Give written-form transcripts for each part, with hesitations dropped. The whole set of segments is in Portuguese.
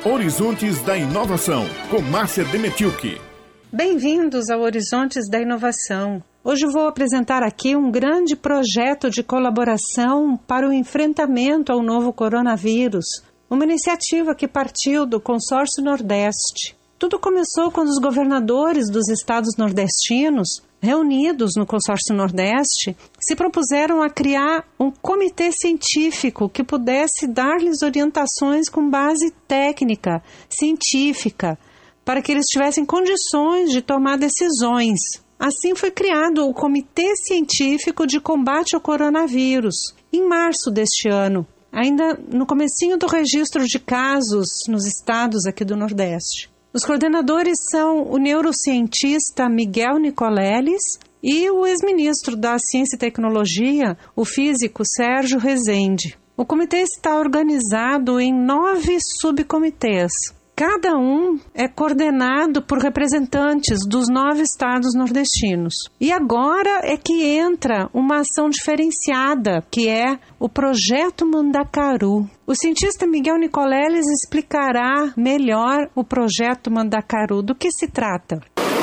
Horizontes da Inovação, com Márcia Demetilke. Bem-vindos ao Horizontes da Inovação. Hoje vou apresentar aqui um grande projeto de colaboração para o enfrentamento ao novo coronavírus, uma iniciativa que partiu do Consórcio Nordeste. Tudo começou quando os governadores dos estados nordestinos, reunidos no Consórcio Nordeste, se propuseram a criar um comitê científico que pudesse dar-lhes orientações com base técnica, científica, para que eles tivessem condições de tomar decisões. Assim foi criado o Comitê Científico de Combate ao Coronavírus, em março deste ano, ainda no comecinho do registro de casos nos estados aqui do Nordeste. Os coordenadores são o neurocientista Miguel Nicoleles e o ex-ministro da Ciência e Tecnologia, o físico Sérgio Rezende. O comitê está organizado em 9 subcomitês. Cada um é coordenado por representantes dos 9 estados nordestinos. E agora é que entra uma ação diferenciada, que é o Projeto Mandacaru. O cientista Miguel Nicoleles explicará melhor o Projeto Mandacaru. Do que se trata?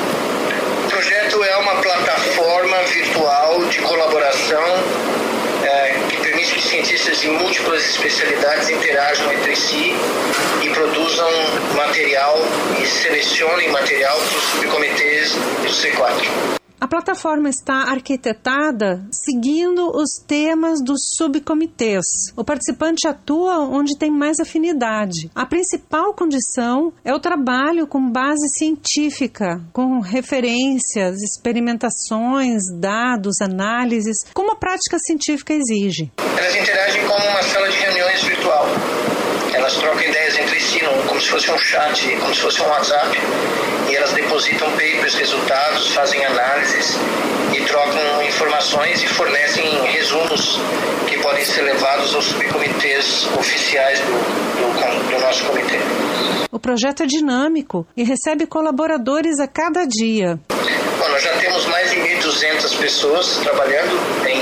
O projeto é uma plataforma virtual de colaboração que permite que cientistas de múltiplas especialidades interajam entre si e produzam material e selecionem material para os subcomitês do C4. A plataforma está arquitetada seguindo os temas dos subcomitês. O participante atua onde tem mais afinidade. A principal condição é o trabalho com base científica, com referências, experimentações, dados, análises, como a prática científica exige. Elas interagem como uma sala de reuniões virtual. Elas trocam ideias entre si, como se fosse um chat, como se fosse um WhatsApp, e elas depositam papers, resultados, fazem análises e trocam informações e fornecem resumos que podem ser levados aos subcomitês oficiais do nosso comitê. O projeto é dinâmico e recebe colaboradores a cada dia. Bom, nós já temos mais de 1.200 pessoas trabalhando em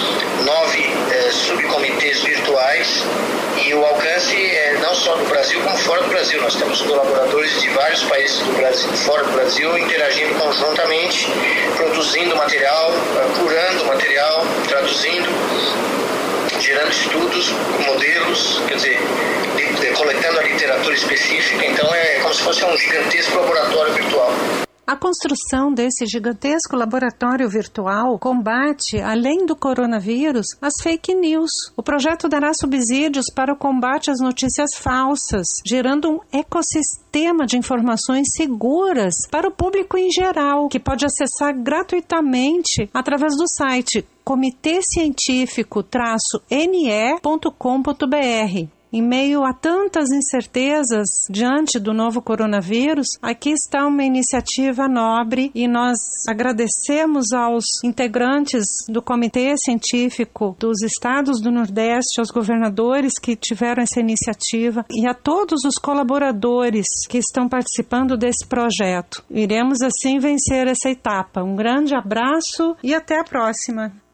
9 subcomitês virtuais, e o alcance é não só no Brasil como fora do Brasil. Nós temos colaboradores de vários países do Brasil, fora do Brasil, interagindo conjuntamente, produzindo material, curando material, traduzindo, gerando estudos, modelos, quer dizer, coletando a literatura específica. Então é como se fosse um gigantesco laboratório virtual. A construção desse gigantesco laboratório virtual combate, além do coronavírus, as fake news. O projeto dará subsídios para o combate às notícias falsas, gerando um ecossistema de informações seguras para o público em geral, que pode acessar gratuitamente através do site comitecientifico-ne.com.br. Em meio a tantas incertezas diante do novo coronavírus, aqui está uma iniciativa nobre e nós agradecemos aos integrantes do Comitê Científico dos Estados do Nordeste, aos governadores que tiveram essa iniciativa e a todos os colaboradores que estão participando desse projeto. Iremos assim vencer essa etapa. Um grande abraço e até a próxima!